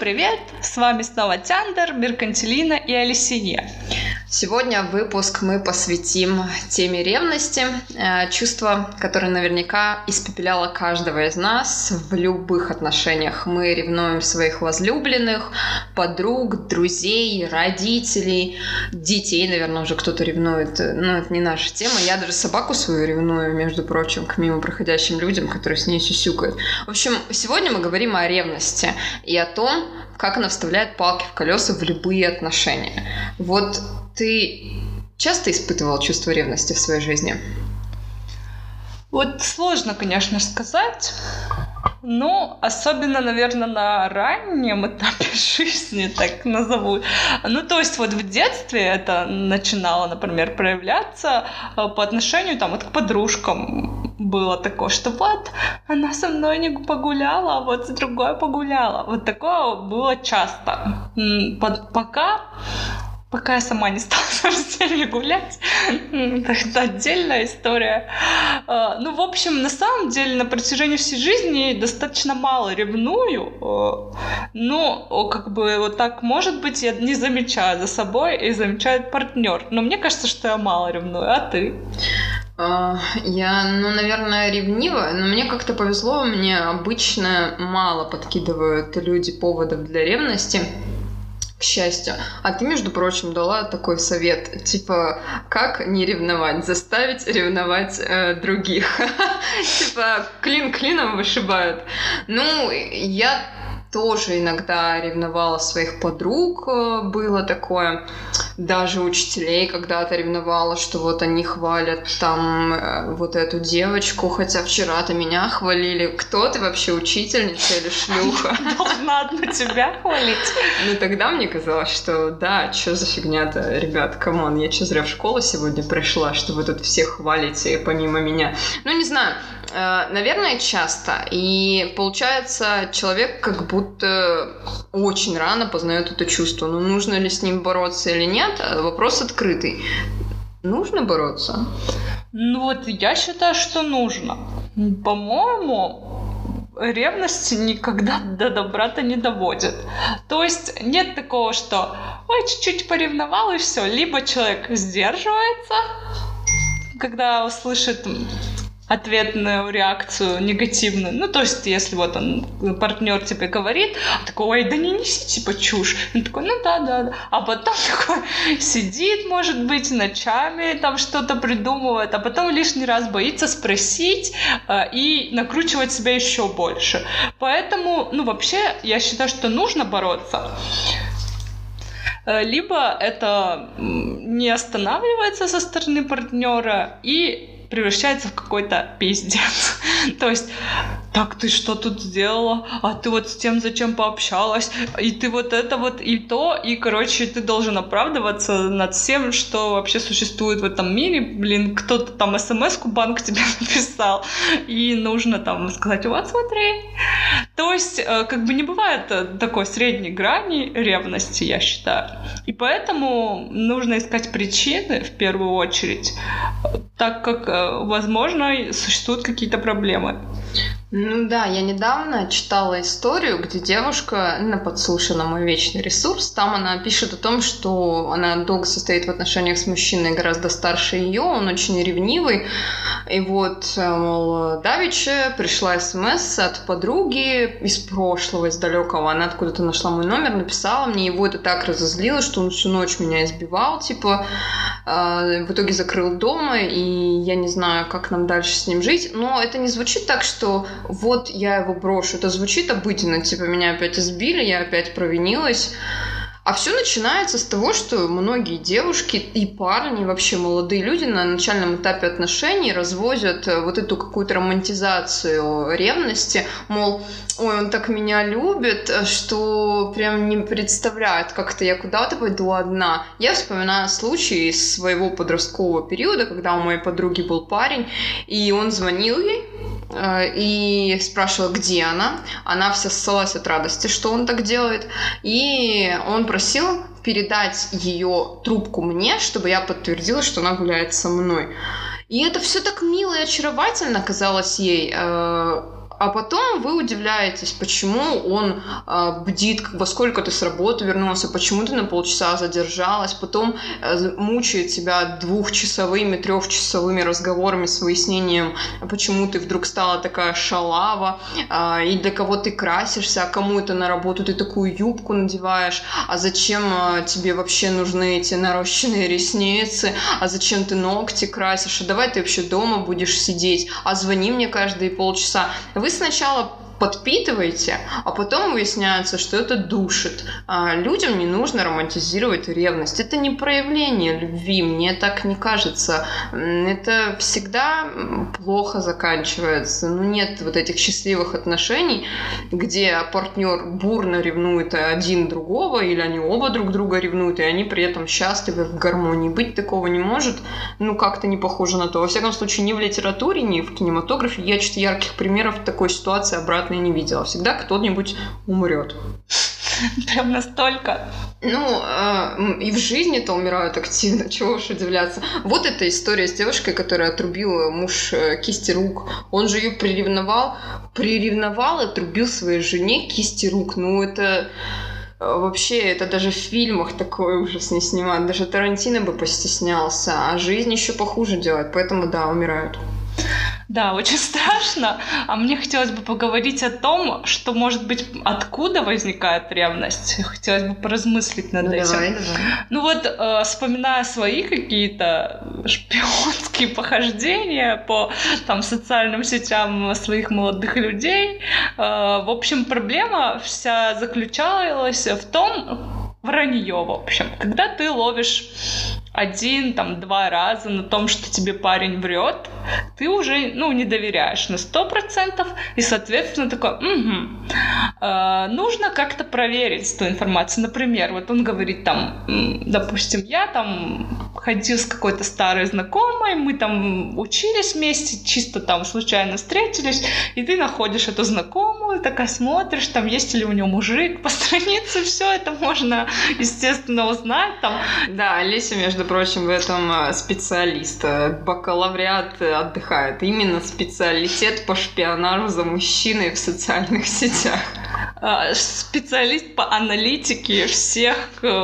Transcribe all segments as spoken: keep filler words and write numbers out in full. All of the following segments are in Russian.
привет! С вами снова Тяндер, Меркантилина и Алисия. Сегодня выпуск мы посвятим теме ревности, чувство, которое наверняка испепеляло каждого из нас в любых отношениях. Мы ревнуем своих возлюбленных, подруг, друзей, родителей, детей, наверное, уже кто-то ревнует. Но это не наша тема. Я даже собаку свою ревную, между прочим, к мимо проходящим людям, которые с ней сюсюкают. В общем, сегодня мы говорим о ревности и о том, как она вставляет палки в колеса в любые отношения. Вот ты часто испытывал чувство ревности в своей жизни? Вот сложно, конечно, сказать, но особенно, наверное, на раннем этапе жизни, так назову. Ну, то есть вот в детстве это начинало, например, проявляться по отношению там, вот к подружкам. Было такое, что вот она со мной не погуляла, а вот с другой погуляла. Вот такое было часто. Пока... Пока я сама не стала со всеми гулять, это отдельная история. Ну, в общем, на самом деле, на протяжении всей жизни достаточно мало ревную, но как бы вот так, может быть, я не замечаю за собой и замечает партнер. Но мне кажется, что я мало ревную, а ты? Я, ну, наверное, ревнива, но мне как-то повезло, мне обычно мало подкидывают люди поводов для ревности. К счастью. А ты, между прочим, дала такой совет, типа, как не ревновать, заставить ревновать э, других. Типа, клин клином вышибают. Ну, я тоже иногда ревновала своих подруг, было такое. Даже учителей когда-то ревновала, что вот они хвалят там э, вот эту девочку, хотя вчера-то меня хвалили. Кто ты вообще, учительница или шлюха? Должна одну тебя хвалить. Ну тогда мне казалось, что да, что за фигня-то, ребят, камон, я что зря в школу сегодня пришла, что вы тут всех хвалите помимо меня. Ну не знаю, э, наверное, часто. И получается, человек как будто очень рано познает это чувство. Ну нужно ли с ним бороться или нет? Вопрос открытый. Нужно бороться? Ну вот я считаю, что нужно. По-моему, ревность никогда до добра-то не доводит. То есть нет такого, что ой, чуть-чуть поревновал и все. Либо человек сдерживается, когда услышит ответную реакцию негативную. Ну, то есть, если вот он, партнер тебе говорит, такой, ой, да не неси, типа, чушь. Он такой, ну да, да, да. А потом такой сидит, может быть, ночами там что-то придумывает, а потом лишний раз боится спросить э, и накручивать себя еще больше. Поэтому, ну, вообще, я считаю, что нужно бороться. Либо это не останавливается со стороны партнера и превращается в какой-то пиздец. То есть, так ты что тут сделала? А ты вот с тем зачем пообщалась? И ты вот это вот и то. И, короче, ты должен оправдываться над всем, что вообще существует в этом мире. Блин, кто-то там смс-ку банк тебе написал. И нужно там сказать, вот смотри. То есть, как бы не бывает такой средней грани ревности, я считаю. И поэтому нужно искать причины в первую очередь, так как, возможно, существуют какие-то проблемы. Ну да, я недавно читала историю, где девушка на подслушанном мой вечный ресурс, там она пишет о том, что она долго состоит в отношениях с мужчиной гораздо старше ее, он очень ревнивый, и вот, мол, давеча пришла смс от подруги из прошлого, из далекого, она откуда-то нашла мой номер, написала мне, его это так разозлило, что он всю ночь меня избивал, типа, в итоге закрыл дома, и я не знаю, как нам дальше с ним жить, но это не звучит так, что вот я его брошу. Это звучит обыденно, типа меня опять избили, я опять провинилась. А все начинается с того, что многие девушки и парни, и вообще молодые люди на начальном этапе отношений развозят вот эту какую-то романтизацию ревности, мол, ой, он так меня любит, что прям не представляет, как-то я куда-то пойду одна. Я вспоминаю случай из своего подросткового периода, когда у моей подруги был парень, и он звонил ей и спрашивала, где она. Она вся ссалась от радости, что он так делает. И он просил передать ее трубку мне, чтобы я подтвердила, что она гуляет со мной. И это все так мило и очаровательно казалось ей. А потом вы удивляетесь, почему он э, бдит, во сколько ты с работы вернулся, почему ты на полчаса задержалась, потом э, мучает тебя двухчасовыми, трехчасовыми разговорами с выяснением, почему ты вдруг стала такая шалава, э, и для кого ты красишься, а кому это на работу ты такую юбку надеваешь, а зачем э, тебе вообще нужны эти нарощенные ресницы, а зачем ты ногти красишь, а давай ты вообще дома будешь сидеть, а звони мне каждые полчаса. Вы сначала подпитываете, а потом выясняется, что это душит. А людям не нужно романтизировать ревность. Это не проявление любви, мне так не кажется. Это всегда плохо заканчивается. Ну, нет вот этих счастливых отношений, где партнер бурно ревнует один другого, или они оба друг друга ревнуют, и они при этом счастливы, в гармонии. Быть такого не может. Ну, как-то не похоже на то. Во всяком случае, ни в литературе, ни в кинематографе я что-то ярких примеров такой ситуации обратно я не видела. Всегда кто-нибудь умрет. Прям настолько. Ну, э, и в жизни-то умирают активно, чего уж удивляться. Вот эта история с девушкой, которая отрубила муж э, кисти рук. Он же ее приревновал, приревновал и отрубил своей жене кисти рук. Ну, это... Вообще, это даже в фильмах такой ужас не снимают. Даже Тарантино бы постеснялся. А жизнь еще похуже делает. Поэтому, да, умирают. Да, очень страшно. А мне хотелось бы поговорить о том, что, может быть, откуда возникает ревность. Хотелось бы поразмыслить над ну, этим. Давай, давай. Ну вот, э, вспоминая свои какие-то шпионские похождения по там, социальным сетям своих молодых людей, э, в общем, проблема вся заключалась в том, вранье, в общем. Когда ты ловишь один, там, два раза на том, что тебе парень врет, ты уже, ну, не доверяешь на сто процентов, и, соответственно, такой, угу. э, нужно как-то проверить эту информацию. Например, вот он говорит там, допустим, я там ходил с какой-то старой знакомой, мы там учились вместе, чисто там случайно встретились, и ты находишь эту знакомую, такая смотришь, там, есть ли у нее мужик по странице, все это можно, естественно, узнать там. Да, Олеся, между прочим, в этом специалист. Бакалавриат отдыхает. Именно специалитет по шпионажу за мужчиной в социальных сетях. Специалист по аналитике всех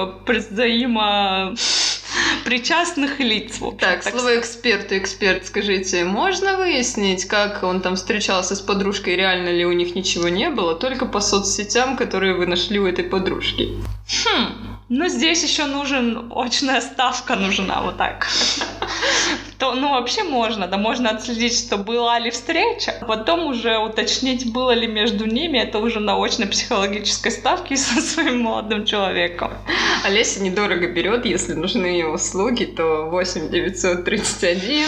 взаимо причастных лиц. В общем, так, так слово эксперту. Эксперт, скажите, можно выяснить, как он там встречался с подружкой, реально ли у них ничего не было, только по соцсетям, которые вы нашли у этой подружки? Хм, ну здесь еще нужен, очная ставка нужна, вот так. То, ну, вообще можно, да, можно отследить, что была ли встреча, потом уже уточнить, было ли между ними, это уже на очно-психологической ставке со своим молодым человеком. Олеся недорого берет, если нужны ее услуги, то восемь девятьсот тридцать один.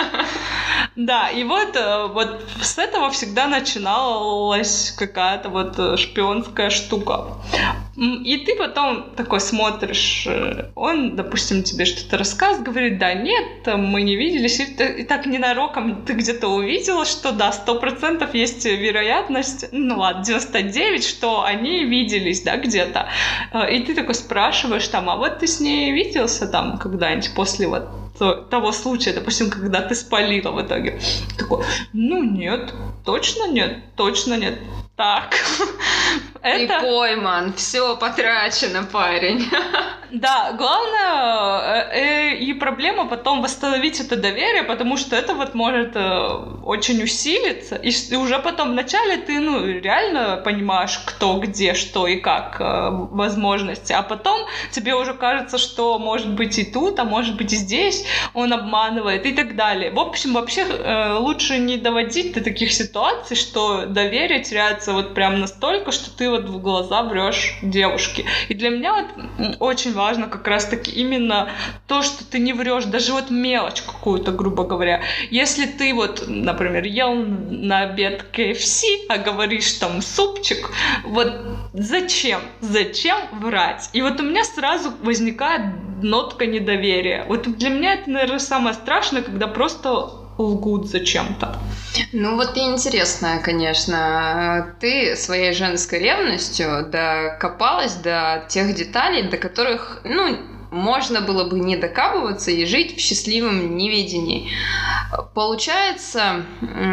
Да, и вот, вот с этого всегда начиналась какая-то вот шпионская штука. И ты потом такой смотришь, он, допустим, тебе что-то рассказывает, говорит, да, нет, мы не виделись, и так ненароком ты где-то увидела, что да, сто процентов есть вероятность, ну ладно, девяносто девять, что они виделись, да, где-то. И ты такой спрашиваешь там, а вот ты с ней виделся там когда-нибудь после вот того случая, допустим, когда ты спалила в итоге? Такой, ну нет, точно нет, точно нет. Так. Это... И пойман, все потрачено, парень. Да, главное э, и проблема потом восстановить это доверие, потому что это вот может э, очень усилиться, и, и уже потом вначале ты, ну, реально понимаешь, кто, где, что и как э, возможности, а потом тебе уже кажется, что может быть и тут, а может быть и здесь он обманывает и так далее. В общем, вообще э, лучше не доводить до таких ситуаций, что доверие теряется вот прям настолько, что ты вот в глаза врешь девушке. И для меня вот очень важно как раз-таки именно то, что ты не врешь, даже вот мелочь какую-то, грубо говоря. Если ты вот, например, ел на обед кей эф си, а говоришь там супчик, вот зачем? Зачем врать? И вот у меня сразу возникает нотка недоверия. Вот для меня это, наверное, самое страшное, когда просто лгут зачем-то. Ну вот и интересно, конечно, ты своей женской ревностью докопалась до тех деталей, до которых, ну, можно было бы не докапываться и жить в счастливом неведении. Получается,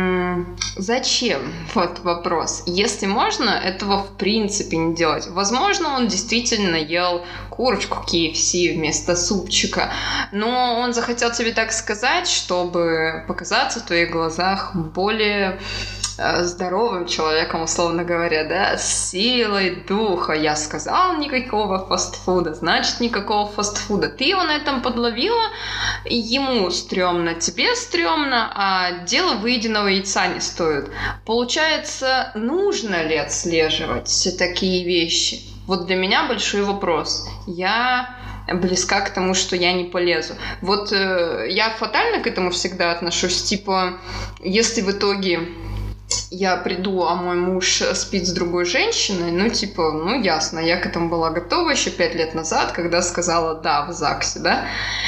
зачем? Вот вопрос. Если можно, этого в принципе не делать. Возможно, он действительно ел курочку кей эф си вместо супчика, но он захотел тебе так сказать, чтобы показаться в твоих глазах более здоровым человеком, условно говоря, да, с силой духа. Я сказал никакого фастфуда, значит никакого фастфуда. Ты его на этом подловила, ему стрёмно, тебе стрёмно, а дело выеденного яйца не стоит. Получается, нужно ли отслеживать такие вещи? Вот для меня большой вопрос. Я близка к тому, что я не полезу. Вот э, я фатально к этому всегда отношусь. Типа, если в итоге я приду, а мой муж спит с другой женщиной, ну, типа, ну, ясно, я к этому была готова еще пять лет назад, когда сказала «да» в ЗАГСе, да.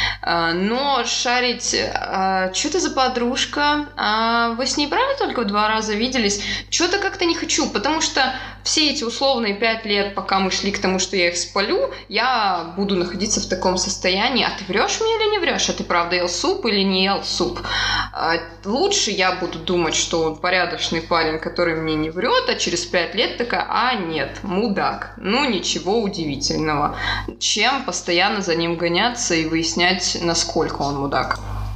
Но шарить, а, что это за подружка, а, вы с ней, правда, только в два раза виделись? Что-то как-то не хочу, потому что все эти условные пять лет, пока мы шли к тому, что я их спалю, я буду находиться в таком состоянии. А ты врешь мне или не врешь? А ты правда ел суп или не ел суп? А, лучше я буду думать, что он порядочный парень, который мне не врет, а через пять лет такая, а нет, мудак. Ну, ничего удивительного. Чем постоянно за ним гоняться и выяснять, насколько он мудак.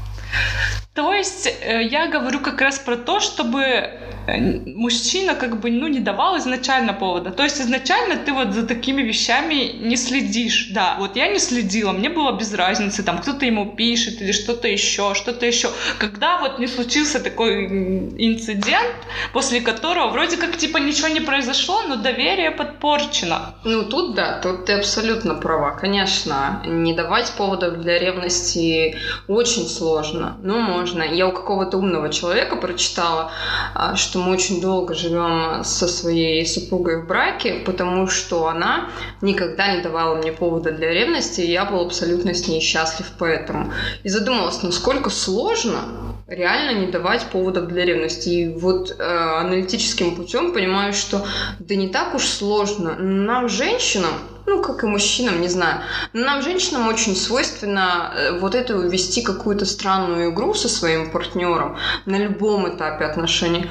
То есть я говорю как раз про то, чтобы мужчина как бы, ну, не давал изначально повода. То есть изначально ты вот за такими вещами не следишь. Да, вот я не следила, мне было без разницы, там кто-то ему пишет или что-то еще, что-то еще. Когда вот не случился такой инцидент, после которого вроде как типа ничего не произошло, но доверие подпорчено. Ну тут да, тут ты абсолютно права. Конечно, не давать поводов для ревности очень сложно, но можно. Я у какого-то умного человека прочитала, что мы очень долго живем со своей супругой в браке, потому что она никогда не давала мне повода для ревности, и я был абсолютно с ней счастлив поэтому. И задумалась, насколько сложно реально не давать поводов для ревности. И вот э, аналитическим путем понимаю, что да не так уж сложно. Нам, женщинам, ну, как и мужчинам, не знаю, но нам, женщинам, очень свойственно вот это вести какую-то странную игру со своим партнером на любом этапе отношений.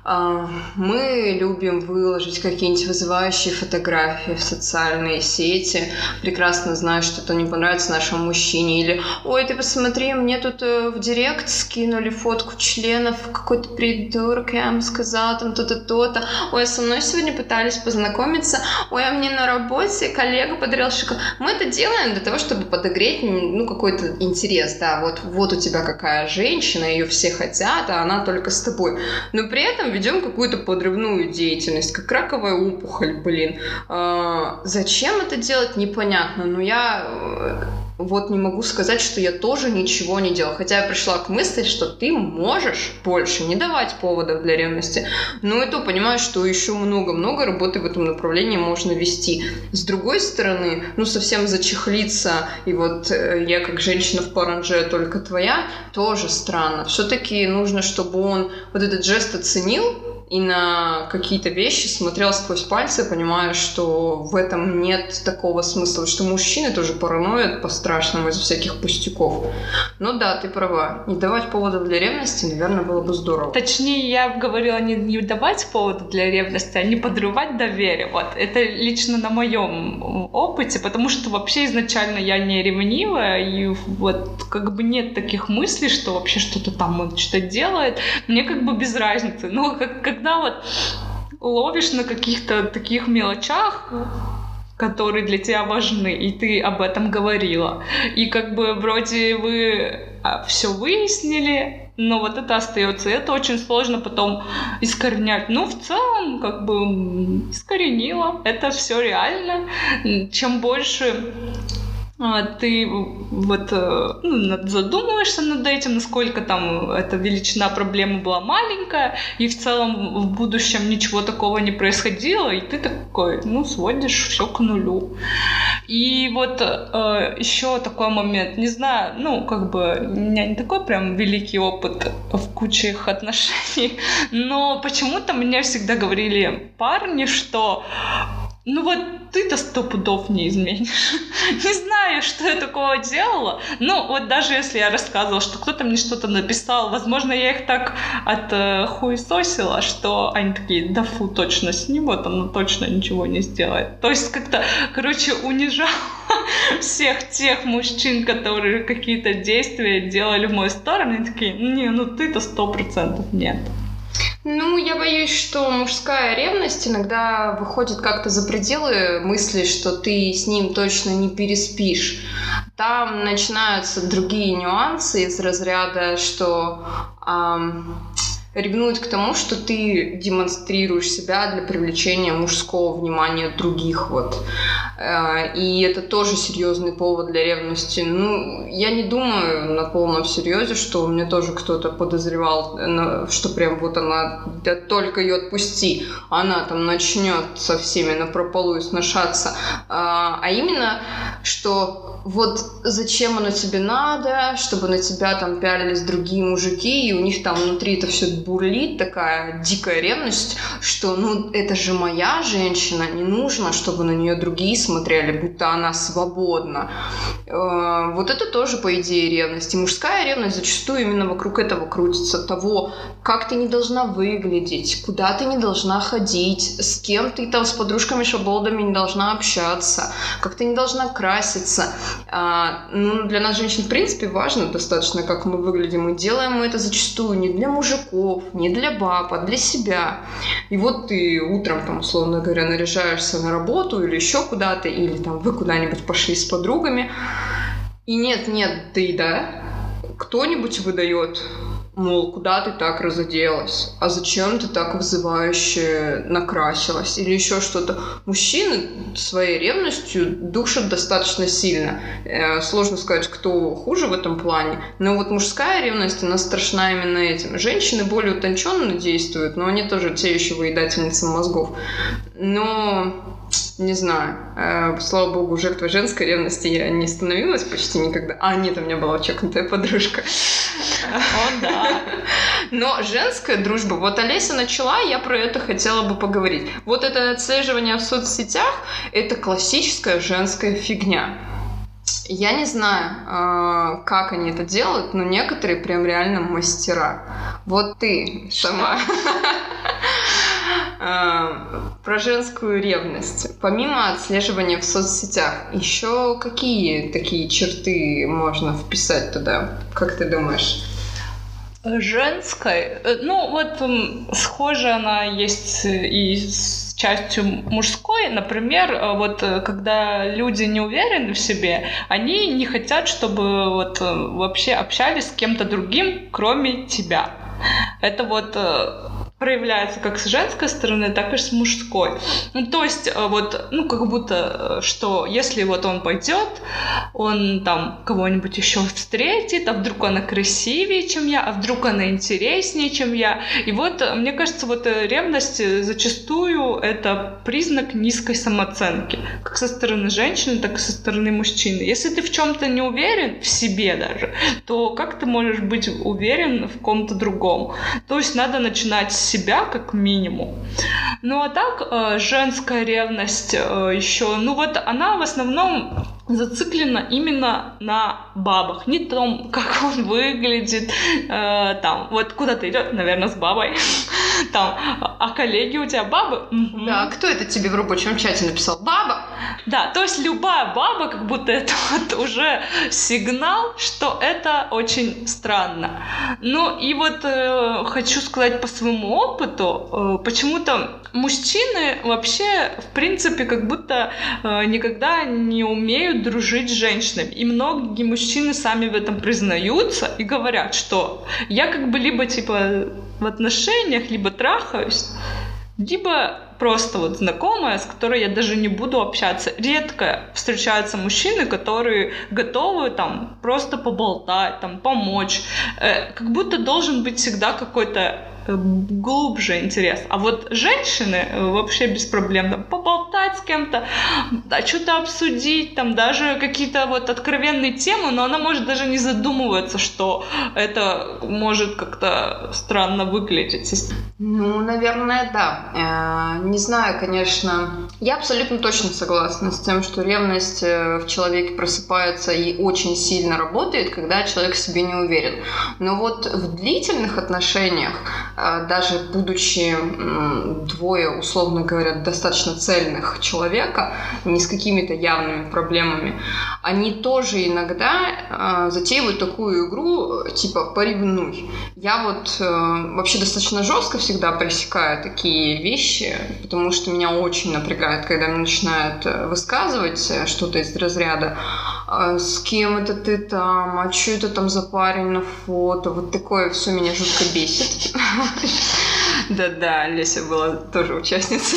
Мы любим выложить какие-нибудь вызывающие фотографии в социальные сети, прекрасно зная, что это не понравится нашему мужчине. Или, ой, ты посмотри, мне тут в директ скинули фотку членов, какой-то придурок, я вам сказала, там то-то, то-то. Ой, со мной сегодня пытались познакомиться. Ой, а мне на работе коллега подарил шоколад. Мы это делаем для того, чтобы подогреть, ну, какой-то интерес, да, вот, вот у тебя какая женщина, ее все хотят, а она только с тобой. Но при этом ведем какую-то подрывную деятельность, как раковая опухоль, блин. А, зачем это делать, непонятно, но я вот не могу сказать, что я тоже ничего не делала. Хотя я пришла к мысли, что ты можешь больше не давать поводов для ревности. Но и то понимаю, что еще много-много работы в этом направлении можно вести. С другой стороны, ну совсем зачехлиться, и вот э, я как женщина в паранже только твоя, тоже странно. Все-таки нужно, чтобы он вот этот жест оценил и на какие-то вещи смотрел сквозь пальцы, понимая, что в этом нет такого смысла, потому что мужчины тоже параноят по-страшному из всяких пустяков. Но да, ты права, не давать поводов для ревности, наверное, было бы здорово. Точнее, я говорила не, не давать повода для ревности, а не подрывать доверие. Вот, это лично на моем опыте, потому что вообще изначально я не ревнивая, и вот как бы нет таких мыслей, что вообще что-то там он что-то делает, мне как бы без разницы. Но как, когда вот ловишь на каких-то таких мелочах, которые для тебя важны, и ты об этом говорила, и как бы вроде вы все выяснили, но вот это остается, и это очень сложно потом искоренять. Ну, в целом, как бы искоренила, это все реально. Чем больше ты вот, ну, задумываешься над этим, насколько там эта величина проблемы была маленькая, и в целом в будущем ничего такого не происходило, и ты такой, ну, сводишь все к нулю. И вот э, еще такой момент, не знаю, ну, как бы у меня не такой прям великий опыт в куче их отношений, но почему-то мне всегда говорили парни, что ну вот ты-то сто пудов не изменишь. Не знаю, что я такого делала. Ну, вот даже если я рассказывала, что кто-то мне что-то написал, возможно, я их так отхуесосила, что они такие, да фу, точно снимут, она точно ничего не сделает. То есть как-то, короче, унижала всех тех мужчин, которые какие-то действия делали в мою сторону, и такие, не, ну ты-то сто процентов нет. Ну, я боюсь, что мужская ревность иногда выходит как-то за пределы мысли, что ты с ним точно не переспишь. Там начинаются другие нюансы из разряда, что эм, ревнует к тому, что ты демонстрируешь себя для привлечения мужского внимания других. Вот. И это тоже серьезный повод для ревности. Ну, я не думаю на полном серьезе, что у меня тоже кто-то подозревал, что прям вот она, да только ее отпусти, она там начнет со всеми напропалую сношаться. А именно, что вот зачем оно тебе надо, чтобы на тебя там пялились другие мужики, и у них там внутри это все бурлит, такая дикая ревность, что ну это же моя женщина, не нужно, чтобы на нее другие смотрели, будто она свободна. Вот это тоже, по идее, ревность. И мужская ревность зачастую именно вокруг этого крутится, того, как ты не должна выглядеть, куда ты не должна ходить, с кем ты там, с подружками-шаболдами не должна общаться, как ты не должна краситься. А, ну, для нас, женщин, в принципе, важно достаточно, как мы выглядим. И делаем мы это зачастую не для мужиков, не для баб, а для себя. И вот ты утром, там, условно говоря, наряжаешься на работу или еще куда-то, или там вы куда-нибудь пошли с подругами, и нет-нет, ты, да, кто-нибудь выдает, мол, куда ты так разоделась? А зачем ты так вызывающе накрасилась? Или еще что-то. Мужчины своей ревностью душат достаточно сильно. Э, сложно сказать, кто хуже в этом плане. Но вот мужская ревность, она страшна именно этим. Женщины более утонченно действуют, но они тоже те еще выедательницы мозгов. Но... Не знаю. Э, слава богу, жертвой женской ревности я не становилась почти никогда. А, нет, у меня была чокнутая подружка. О, да. Но женская дружба, вот Олеся начала, я про это хотела бы поговорить. Вот это отслеживание в соцсетях, это классическая женская фигня. Я не знаю, как они это делают, но некоторые прям реально мастера. Вот ты сама... Про женскую ревность. Помимо отслеживания в соцсетях, еще какие такие черты можно вписать туда? Как ты думаешь? Женской? Ну, вот схоже она есть и с частью мужской. Например, вот когда люди не уверены в себе, они не хотят, чтобы вот вообще общались с кем-то другим, кроме тебя. Это вот проявляется как с женской стороны, так и с мужской. Ну, то есть, вот, ну, как будто, что если вот он пойдет, он там кого-нибудь еще встретит, а вдруг она красивее, чем я, а вдруг она интереснее, чем я. И вот, мне кажется, вот ревность зачастую это признак низкой самооценки, как со стороны женщины, так и со стороны мужчины. Если ты в чем-то не уверен, в себе даже, то как ты можешь быть уверен в ком-то другом? То есть надо начинать с себя как минимум. Ну а так, женская ревность еще, ну вот она в основном зациклена именно на бабах, не том, как он выглядит, э, там, вот куда-то идет, наверное, с бабой, там, а коллеги у тебя бабы? Да, кто это тебе в рабочем чате написал? Баба? Да, то есть любая баба, как будто это вот уже сигнал, что это очень странно. Ну и вот э, хочу сказать по своему опыту, э, почему-то мужчины вообще, в принципе, как будто э, никогда не умеют дружить с женщинами. И многие мужчины сами в этом признаются и говорят, что я как бы либо типа в отношениях, либо трахаюсь, либо просто вот знакомая, с которой я даже не буду общаться. Редко встречаются мужчины, которые готовы там просто поболтать, там помочь. Э, как будто должен быть всегда какой-то глубже интерес. А вот женщины вообще без проблем там, поболтать с кем-то, да, что-то обсудить, там даже какие-то вот откровенные темы, но она может даже не задумываться, что это может как-то странно выглядеть. Ну, наверное, да. Не знаю, конечно. Я абсолютно точно согласна с тем, что ревность в человеке просыпается и очень сильно работает, когда человек в себе не уверен. Но вот в длительных отношениях, даже будучи двое, условно говоря, достаточно цельных человека, не с какими-то явными проблемами, они тоже иногда затеивают такую игру, типа «поревнуй». Я вот вообще достаточно жестко всегда пресекаю такие вещи, потому что меня очень напрягает, когда мне начинают высказывать что-то из разряда «С кем это ты там? А что это там за парень на фото?» Вот такое все меня жутко бесит. Да-да, Леся была тоже участница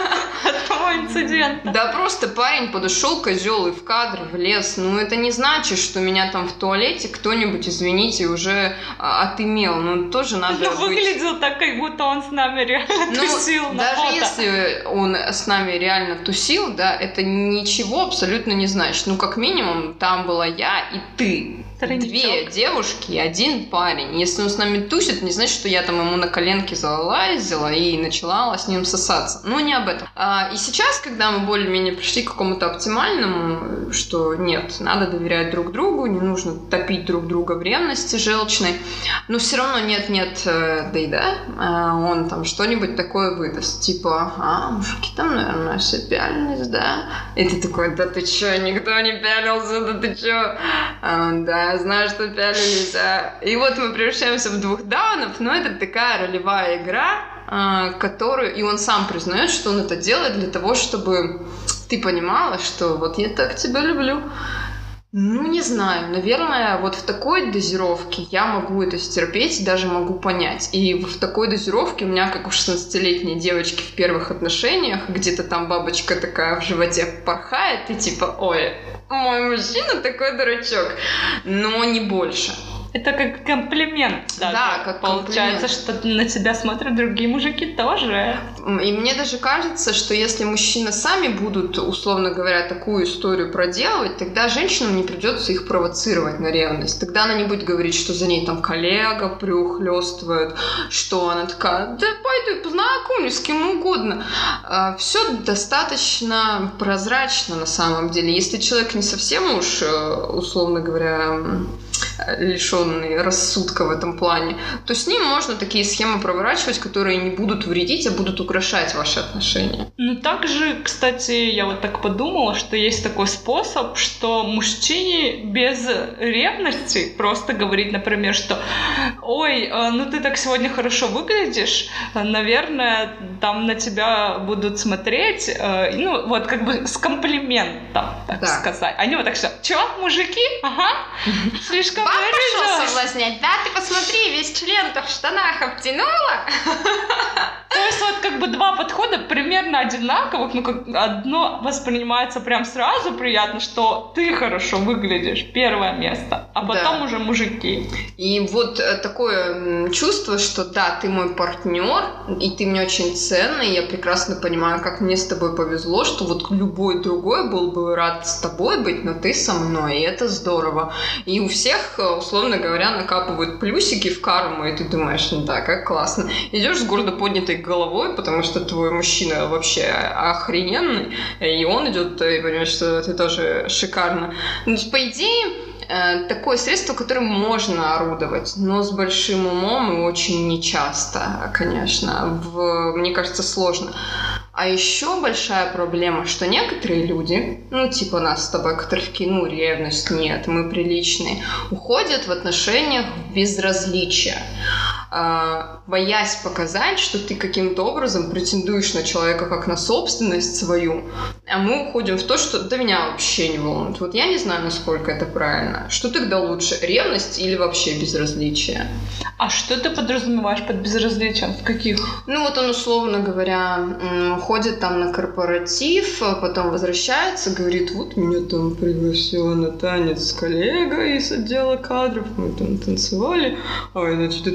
того инцидента. Да просто парень подошел, козел, и в кадр влез. Ну, это не значит, что меня там в туалете кто-нибудь, извините, уже а, отымел. Ну, тоже надо Но быть... выглядел так, как будто он с нами реально ну, тусил на даже фото. если он с нами реально тусил, да, это ничего абсолютно не значит. Ну, как минимум, там была я и ты. Тройничок. Две девушки и один парень. Если он с нами тусит, не значит, что я там ему на коленке залазила и начала с ним сосаться. Ну, не об этом. А, и сейчас, когда мы более-менее пришли к какому-то оптимальному, что нет, надо доверять друг другу, не нужно топить друг друга в ревности желчной, но все равно нет-нет, да и да, он там что-нибудь такое выдаст. Типа, а, мужики там, наверное, все пялились, да? И ты такой, да ты чё, никто не пялился, да ты чё? А, да, я знаю, что пялились, а... И вот мы превращаемся в двух даунов, но это такая ролевая игра, которую... И он сам признает, что он это делает для того, чтобы ты понимала, что вот я так тебя люблю. Ну, не знаю, наверное, вот в такой дозировке я могу это стерпеть, даже могу понять. И в такой дозировке у меня, как у шестнадцатилетней девочки в первых отношениях, где-то там бабочка такая в животе порхает, и типа, ой, мой мужчина такой дурачок, но не больше. Это как комплимент даже. Да, как получается, комплимент. что на тебя смотрят другие мужики тоже. И мне даже кажется, что если мужчины сами будут, условно говоря, такую историю проделывать, тогда женщинам не придется их провоцировать на ревность. Тогда она не будет говорить, что за ней там коллега приухлёстывает, что она такая, да пойду и познакомлюсь с кем угодно. Все достаточно прозрачно на самом деле. Если человек не совсем уж, условно говоря, лишенный рассудка в этом плане, то с ним можно такие схемы проворачивать, которые не будут вредить, а будут украшать ваши отношения. Ну, также, кстати, я вот так подумала, что есть такой способ, что мужчине без ревности просто говорить, например, что «Ой, ну ты так сегодня хорошо выглядишь, наверное, там на тебя будут смотреть», ну, вот как бы с комплиментом, так да. сказать. Они вот так все «Чё, мужики? Ага, слишком Баб пошел соблазнять, да? Ты посмотри, весь член-то в штанах обтянула. То есть вот как бы два подхода примерно одинаковых, ну как одно воспринимается прям сразу приятно, что ты хорошо выглядишь, первое место, а потом да. уже мужики. И вот такое чувство, что да, ты мой партнер, и ты мне очень ценный, я прекрасно понимаю, как мне с тобой повезло, что вот любой другой был бы рад с тобой быть, но ты со мной, и это здорово. И у всех, условно говоря, накапывают плюсики в карму, и ты думаешь, ну да, как классно. Идешь с гордо поднятой головой, потому что твой мужчина вообще охрененный, и он идет, и понимаешь, что ты тоже шикарно. Ну, по идее, такое средство, которым можно орудовать, но с большим умом и очень нечасто, конечно. В, мне кажется, сложно. А еще большая проблема, что некоторые люди, ну, типа нас с тобой, которые такие, ну, ревность, нет, мы приличные, уходят в отношениях в безразличие, боясь показать, что ты каким-то образом претендуешь на человека как на собственность свою, а мы уходим в то, что да меня вообще не волнует. Вот я не знаю, насколько это правильно. Что тогда лучше, ревность или вообще безразличие? А что ты подразумеваешь под безразличием? В каких? Ну вот он, условно говоря, ходит там на корпоратив, потом возвращается, говорит, вот меня там пригласила на танец с коллегой из отдела кадров, мы там танцевали, ой, значит, ты там шептал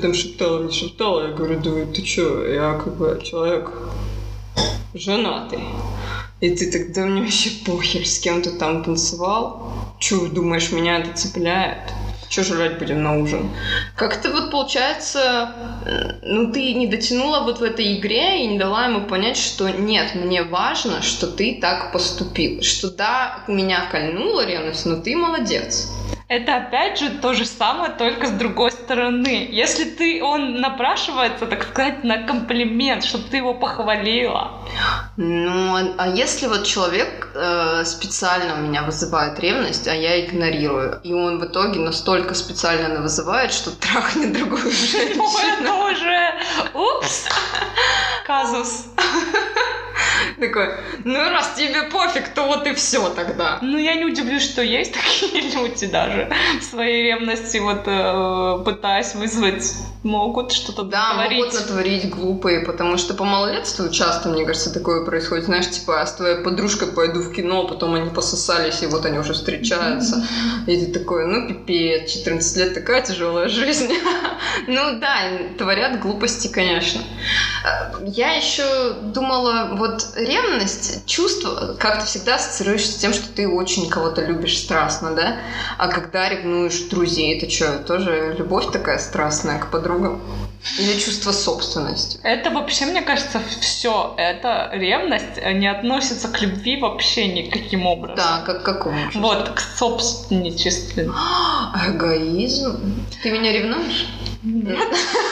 шептала, не шептала. Я говорю, да ты чё, я как бы человек женатый. И ты так, да мне вообще похер, с кем ты там танцевал. Чё, думаешь, меня это цепляет? Чё жрать будем на ужин? Как-то вот получается, ну ты не дотянула вот в этой игре и не дала ему понять, что нет, мне важно, что ты так поступил. Что да, меня кольнула ревность, но ты молодец. Это опять же то же самое, только с другой стороны. Если ты, он напрашивается, так сказать, на комплимент, чтобы ты его похвалила. Ну, а, а если вот человек э, специально у меня вызывает ревность, а я игнорирую, и он в итоге настолько специально вызывает, что трахнет другую женщину. Ну, это уже... Упс! Казус. Такой, ну раз тебе пофиг, то вот и все тогда. Ну, я не удивлюсь, что есть такие люди даже в своей ревности, вот э, пытаясь вызвать, могут что-то да, натворить. могут натворить глупые, потому что по малолетству часто, мне кажется, такое происходит. Знаешь, типа, я с твоей подружкой пойду в кино, потом они пососались, и вот они уже встречаются. И ты такой, ну пипец, четырнадцать лет такая тяжелая жизнь. Ну да, творят глупости, конечно. Я еще думала, вот ревность, чувство, как ты всегда ассоциируешься с тем, что ты очень кого-то любишь страстно, да? А когда ревнуешь друзей, это что, тоже любовь такая страстная к подругам? Или чувство собственности? Это вообще, мне кажется, все. Это ревность не относится к любви вообще никаким образом. Да, как к какому чувству? Вот, к собственничеству. Эгоизм? Ты меня ревнуешь? Нет.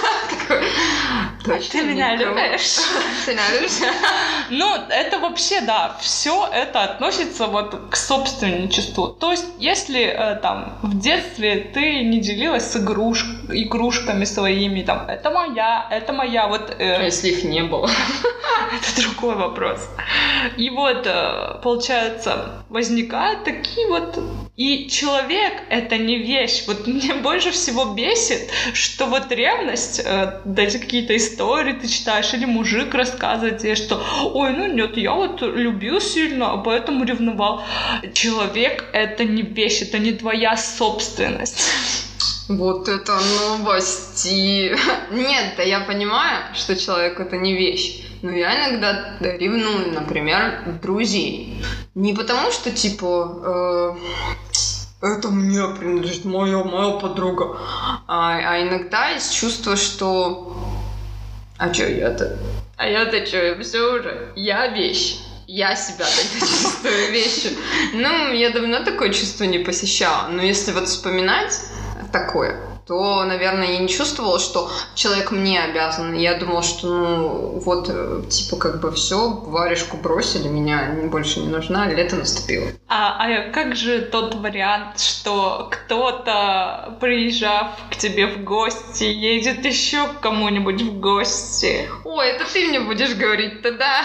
Ты меня любишь? Ты меня любишь? Ну, это вообще, да, все это относится вот к собственничеству. То есть, если э, там в детстве ты не делилась с игруш... игрушками своими, там, это моя, это моя, вот... Э... А если их не было? Это другой вопрос. И вот, э, получается, возникают такие вот... И человек — это не вещь. Вот мне больше всего бесит, что вот ревность, э, даже какие-то истории ты читаешь, или мужик рассказывает тебе, что ой, ну нет, я вот любил сильно, а поэтому ревновал. Человек — это не вещь, это не твоя собственность. Вот это новости. Нет, да я понимаю, что человек — это не вещь. Но я иногда да, ревную, например, друзей. Не потому что, типа, э, это мне принадлежит, моя, моя подруга. А, а иногда из чувства, что... А чё я-то? А я-то чё? Все уже. Я вещь. Я себя тогда чувствую вещью. Ну, я давно такое чувство не посещала. Но если вот вспоминать такое, то, наверное, я не чувствовала, что человек мне обязан. Я думала, что, ну, вот, типа, как бы все, варежку бросили, меня больше не нужна, лето наступило. А, а как же тот вариант, что кто-то, приезжав к тебе в гости, едет еще к кому-нибудь в гости? Ой, это ты мне будешь говорить-то, да?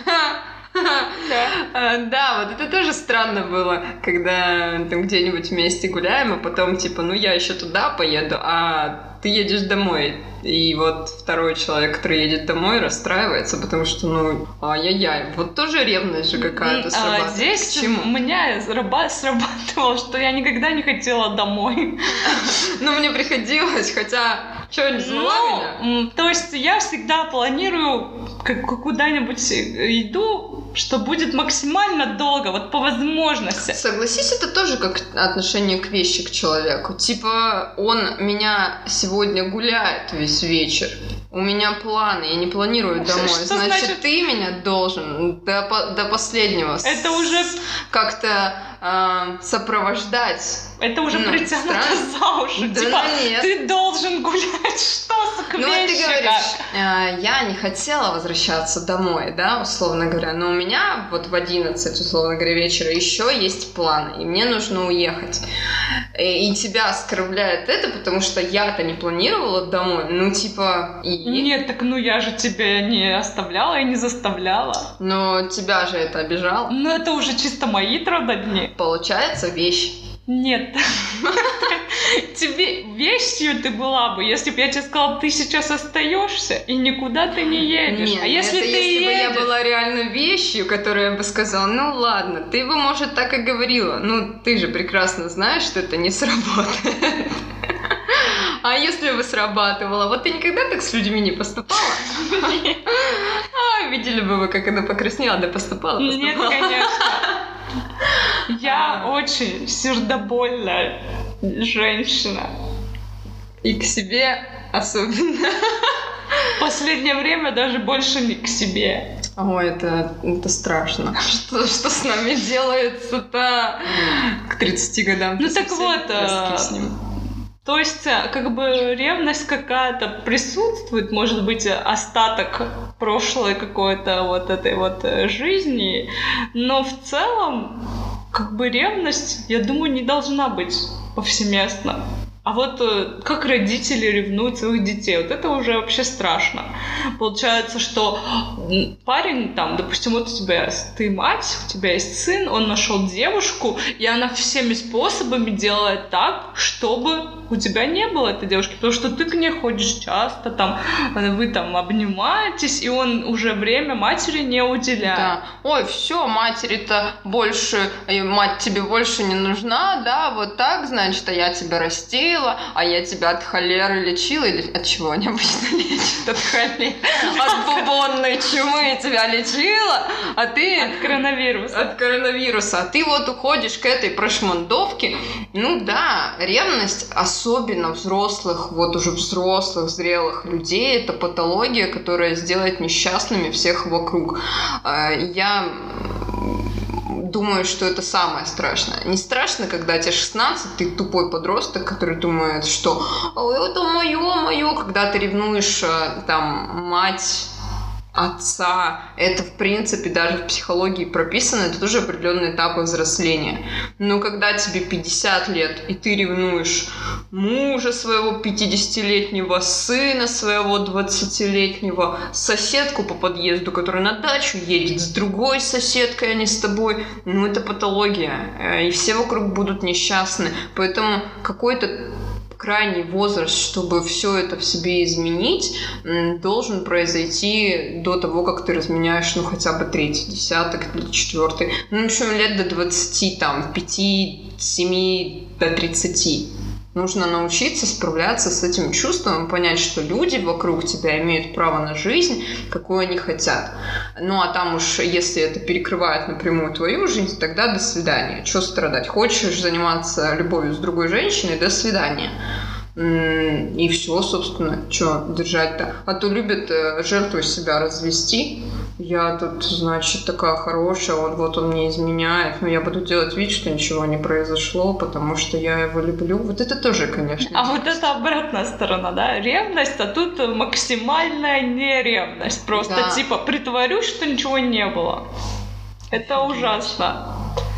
Да. Да, вот это тоже странно было, когда там где-нибудь вместе гуляем, а потом типа, ну я еще туда поеду, а ты едешь домой. И вот второй человек, который едет домой, расстраивается, потому что, ну, ай-яй-яй, вот тоже ревность же какая-то срабатывает. А здесь у меня срабатывало, что я никогда не хотела домой. Ну, мне приходилось, хотя, что, не звала меня? То есть я всегда планирую, как куда-нибудь иду, что будет максимально долго, вот по возможности. Согласись, это тоже как отношение к вещи, к человеку. Типа, он меня сегодня гуляет весь вечер. У меня планы, я не планирую домой. Что значит, значит, ты меня должен до, до последнего это уже как-то э, сопровождать. Это уже ну, притянуто за уши. Да типа, ну нет. Ты должен гулять, что за Ну, ты говоришь, э, я не хотела возвращаться домой, да, условно говоря, но у меня вот в одиннадцать, условно говоря, вечера еще есть планы, и мне нужно уехать. И, и тебя оскорбляет это, потому что я-то не планировала домой, ну, типа, и... Нет, так ну я же тебя не оставляла и не заставляла. Но тебя же это обижало. Ну, это уже чисто мои трудодни. Получается, вещь. Нет. Тебе вещью ты была бы, если бы я тебе сказала, ты сейчас остаешься и никуда ты не едешь. Нет, а если это ты если едешь... бы я была реально вещью, которая бы сказала, ну ладно, ты бы, может, так и говорила. Ну, ты же прекрасно знаешь, что это не сработает. А если бы срабатывало? Вот ты никогда так с людьми не поступала? А, видели бы вы, как она покраснела, да поступала, поступала. Нет, конечно. Я очень сердобольная женщина. И к себе особенно. В последнее время даже больше не к себе. Ой, это, это страшно. Что, что с нами делается-то к тридцати годам? Ну так вот, с ним. То есть, как бы ревность какая-то присутствует, может быть, остаток прошлой какой-то вот этой вот жизни, но в целом, как бы ревность, я думаю, не должна быть повсеместно. А вот как родители ревнуют своих детей, вот это уже вообще страшно. Получается, что парень там, допустим, вот у тебя ты мать, у тебя есть сын, он нашел девушку, и она всеми способами делает так, чтобы у тебя не было этой девушки, потому что ты к ней ходишь часто, там, вы там обнимаетесь, и он уже время матери не уделяет. Да. Ой, все, матери-то больше, мать тебе больше не нужна, да, вот так, значит, а я тебя растила, а я тебя от холеры лечила, или от чего они обычно лечат? От холеры, от бубонной чумы тебя лечила, а ты... От коронавируса. От коронавируса. А ты вот уходишь к этой прошмандовке. Ну да, ревность, особенно взрослых, вот уже взрослых, зрелых людей, это патология, которая сделает несчастными всех вокруг. Я думаю, что это самое страшное. Не страшно, когда тебе шестнадцать, ты тупой подросток, который думает, что это мое, мое, когда ты ревнуешь там мать, отца, это в принципе даже в психологии прописано, это тоже определенные этапы взросления. Но когда тебе пятьдесят лет, и ты ревнуешь мужа своего пятидесятилетнего, сына своего двадцатилетнего, соседку по подъезду, которая на дачу едет с другой соседкой, а не с тобой, ну это патология, и все вокруг будут несчастны. Поэтому какой-то крайний возраст, чтобы все это в себе изменить, должен произойти до того, как ты разменяешь, ну, хотя бы третий десяток или четвертый. Ну, в общем, лет до двадцати, там, пяти, семи, до тридцати. Нужно научиться справляться с этим чувством, понять, что люди вокруг тебя имеют право на жизнь, какую они хотят. Ну, а там уж, если это перекрывает напрямую твою жизнь, тогда до свидания. Чего страдать? Хочешь заниматься любовью с другой женщиной? До свидания. И все, собственно, что держать-то. А то любят жертву себя развести. Я тут, значит, такая хорошая, он вот он мне изменяет, но я буду делать вид, что ничего не произошло, потому что я его люблю. Вот это тоже, конечно. А вот это обратная сторона, да? Ревность, а тут максимальная неревность. Просто да. Типа притворюсь, что ничего не было. Это ужасно.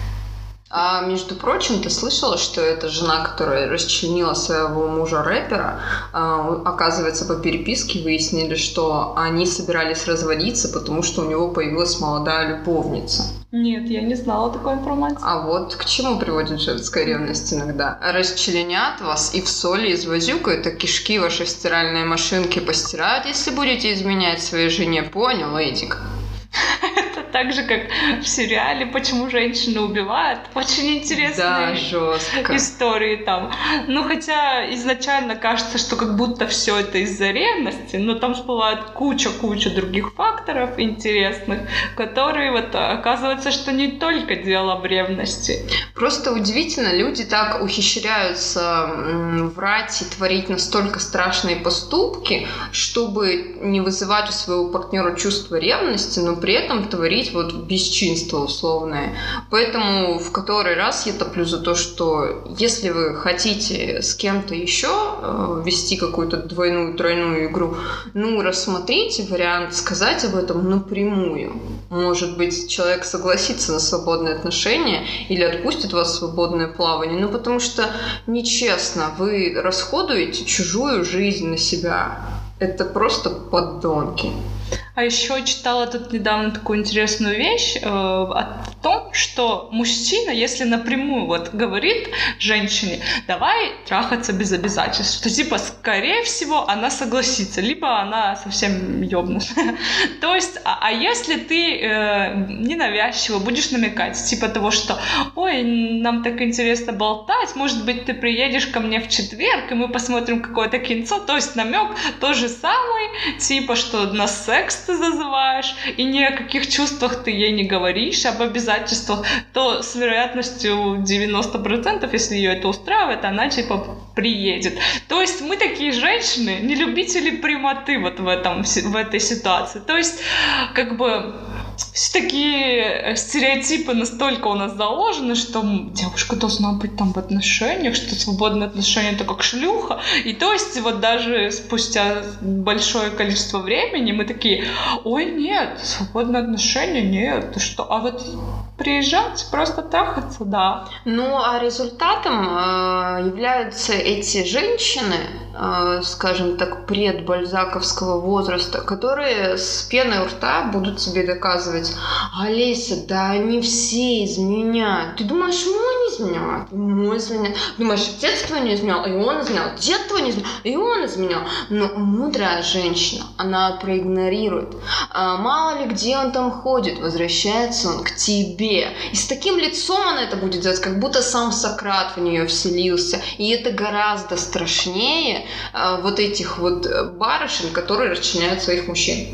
А между прочим, ты слышала, что эта жена, которая расчленила своего мужа-рэпера, оказывается, по переписке выяснили, что они собирались разводиться, потому что у него появилась молодая любовница. Нет, я не знала такой информации. А вот к чему приводит женская ревность иногда? Расчленят вас и в соли извозюкают, а кишки вашей стиральной машинки постирают, если будете изменять своей жене. Понял, Эдик? Это так же, как в сериале «Почему женщины убивают». Очень интересные да, жестко. истории там. Ну, хотя изначально кажется, что как будто все это из-за ревности, но там всплывает куча-куча других факторов интересных, которые вот оказывается, что не только дело в ревности. Просто удивительно, люди так ухищряются врать и творить настолько страшные поступки, чтобы не вызывать у своего партнера чувство ревности, но при этом творить вот бесчинство условное. Поэтому в который раз я топлю за то, что если вы хотите с кем-то еще э, вести какую-то двойную, тройную игру, ну, рассмотрите вариант сказать об этом напрямую. Может быть, человек согласится на свободные отношения или отпустит вас в свободное плавание, ну, потому что нечестно, вы расходуете чужую жизнь на себя. Это просто подонки. А еще читала тут недавно такую интересную вещь э, о том, что мужчина, если напрямую вот говорит женщине, давай трахаться без обязательств, что типа скорее всего она согласится, либо она совсем ёбнутая. То есть, а, а если ты э, ненавязчиво будешь намекать, типа того, что ой, нам так интересно болтать, может быть, ты приедешь ко мне в четверг, и мы посмотрим какое-то кинцо, то есть намек то же самое, типа, что на секс ты зазываешь, и ни о каких чувствах ты ей не говоришь, об обязательствах, то с вероятностью девяносто процентов, если ее это устраивает, она типа приедет. То есть мы такие женщины, не любители прямоты вот в, этом, в этой ситуации. То есть как бы все такие стереотипы настолько у нас заложены, что девушка должна быть там в отношениях, что свободные отношения — это как шлюха. И то есть вот даже спустя большое количество времени мы такие: ой, нет, свободные отношения, нет, ты что? А вот приезжать, просто трахаться, да. Ну, а результатом э, являются эти женщины, э, скажем так, предбальзаковского возраста, которые с пеной у рта будут тебе доказывать: Олеся, да они все изменяют. Ты думаешь, мой не изменяет? Мой изменяет. Думаешь, отец твой не изменял, и он изменял. Дед твой не изменял, и он изменял. Но мудрая женщина, она проигнорирует. А мало ли где он там ходит, возвращается он к тебе. И с таким лицом она это будет делать, как будто сам Сократ в нее вселился. И это гораздо страшнее э, вот этих вот барышень, которые расчленяют своих мужчин.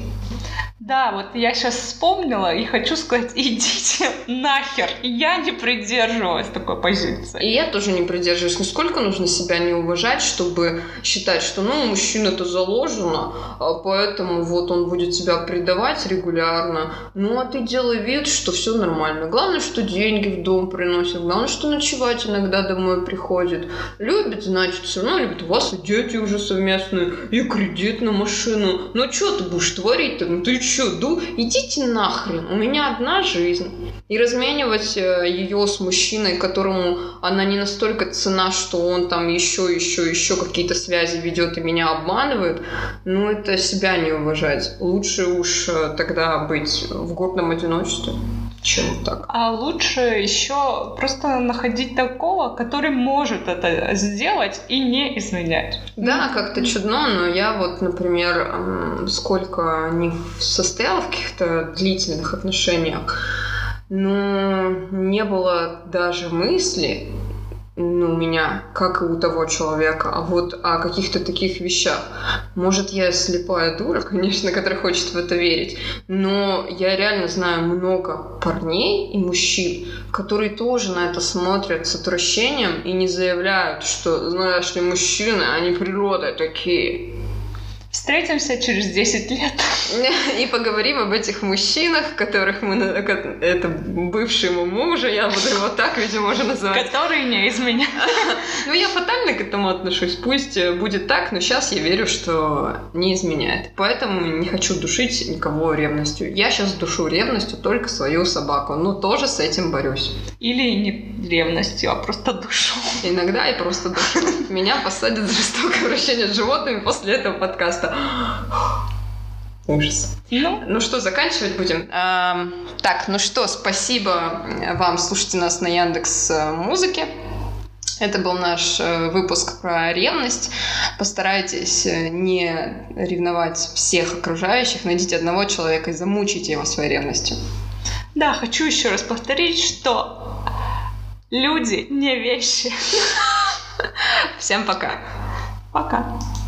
Да, вот я сейчас вспомнила и хочу сказать: идите нахер. Я не придерживалась такой позиции. И я тоже не придерживаюсь. Насколько нужно себя не уважать, чтобы считать, что ну, мужчина-то заложено, поэтому вот он будет тебя предавать регулярно. Ну, а ты делай вид, что все нормально. Главное, что деньги в дом приносит. Главное, что ночевать иногда домой приходит. Любит, значит, все равно любит. У вас и дети уже совместные, и кредит на машину. Ну, что ты будешь творить-то? Ну, ты что? Ду, идите нахрен, у меня одна жизнь. И разменивать ее с мужчиной, которому она не настолько цена, что он там еще, еще, еще какие-то связи ведет и меня обманывает, ну это себя не уважать. Лучше уж тогда быть в гордом одиночестве, чем так. А лучше еще просто находить такого, который может это сделать и не изменять. Да, как-то чудно, но я вот, например, сколько не состояла в каких-то длительных отношениях, но не было даже мысли, ну, у меня, как и у того человека, а вот о каких-то таких вещах. Может, я слепая дура, конечно, которая хочет в это верить, но я реально знаю много парней и мужчин, которые тоже на это смотрят с отвращением и не заявляют, что, знаешь ли, мужчины, они природой такие. Встретимся через десять лет. И поговорим об этих мужчинах, которых мы... Это бывший ему мужа, я буду его так, видимо, уже называть. Которые не изменяют. Ну, я фатально к этому отношусь. Пусть будет так, но сейчас я верю, что не изменяет. Поэтому не хочу душить никого ревностью. Я сейчас душу ревностью только свою собаку, но тоже с этим борюсь. Или не ревностью, а просто душу. Иногда я просто душу. Меня посадят за жестокое обращение с животными после этого подкаста. Ужас. Ну, ну что, заканчивать будем? А, так, ну что, спасибо вам, слушайте нас на Яндекс.Музыке. Это был наш выпуск про ревность. Постарайтесь не ревновать всех окружающих. Найдите одного человека и замучите его своей ревностью. Да, хочу еще раз повторить, что люди не вещи. Всем пока. Пока.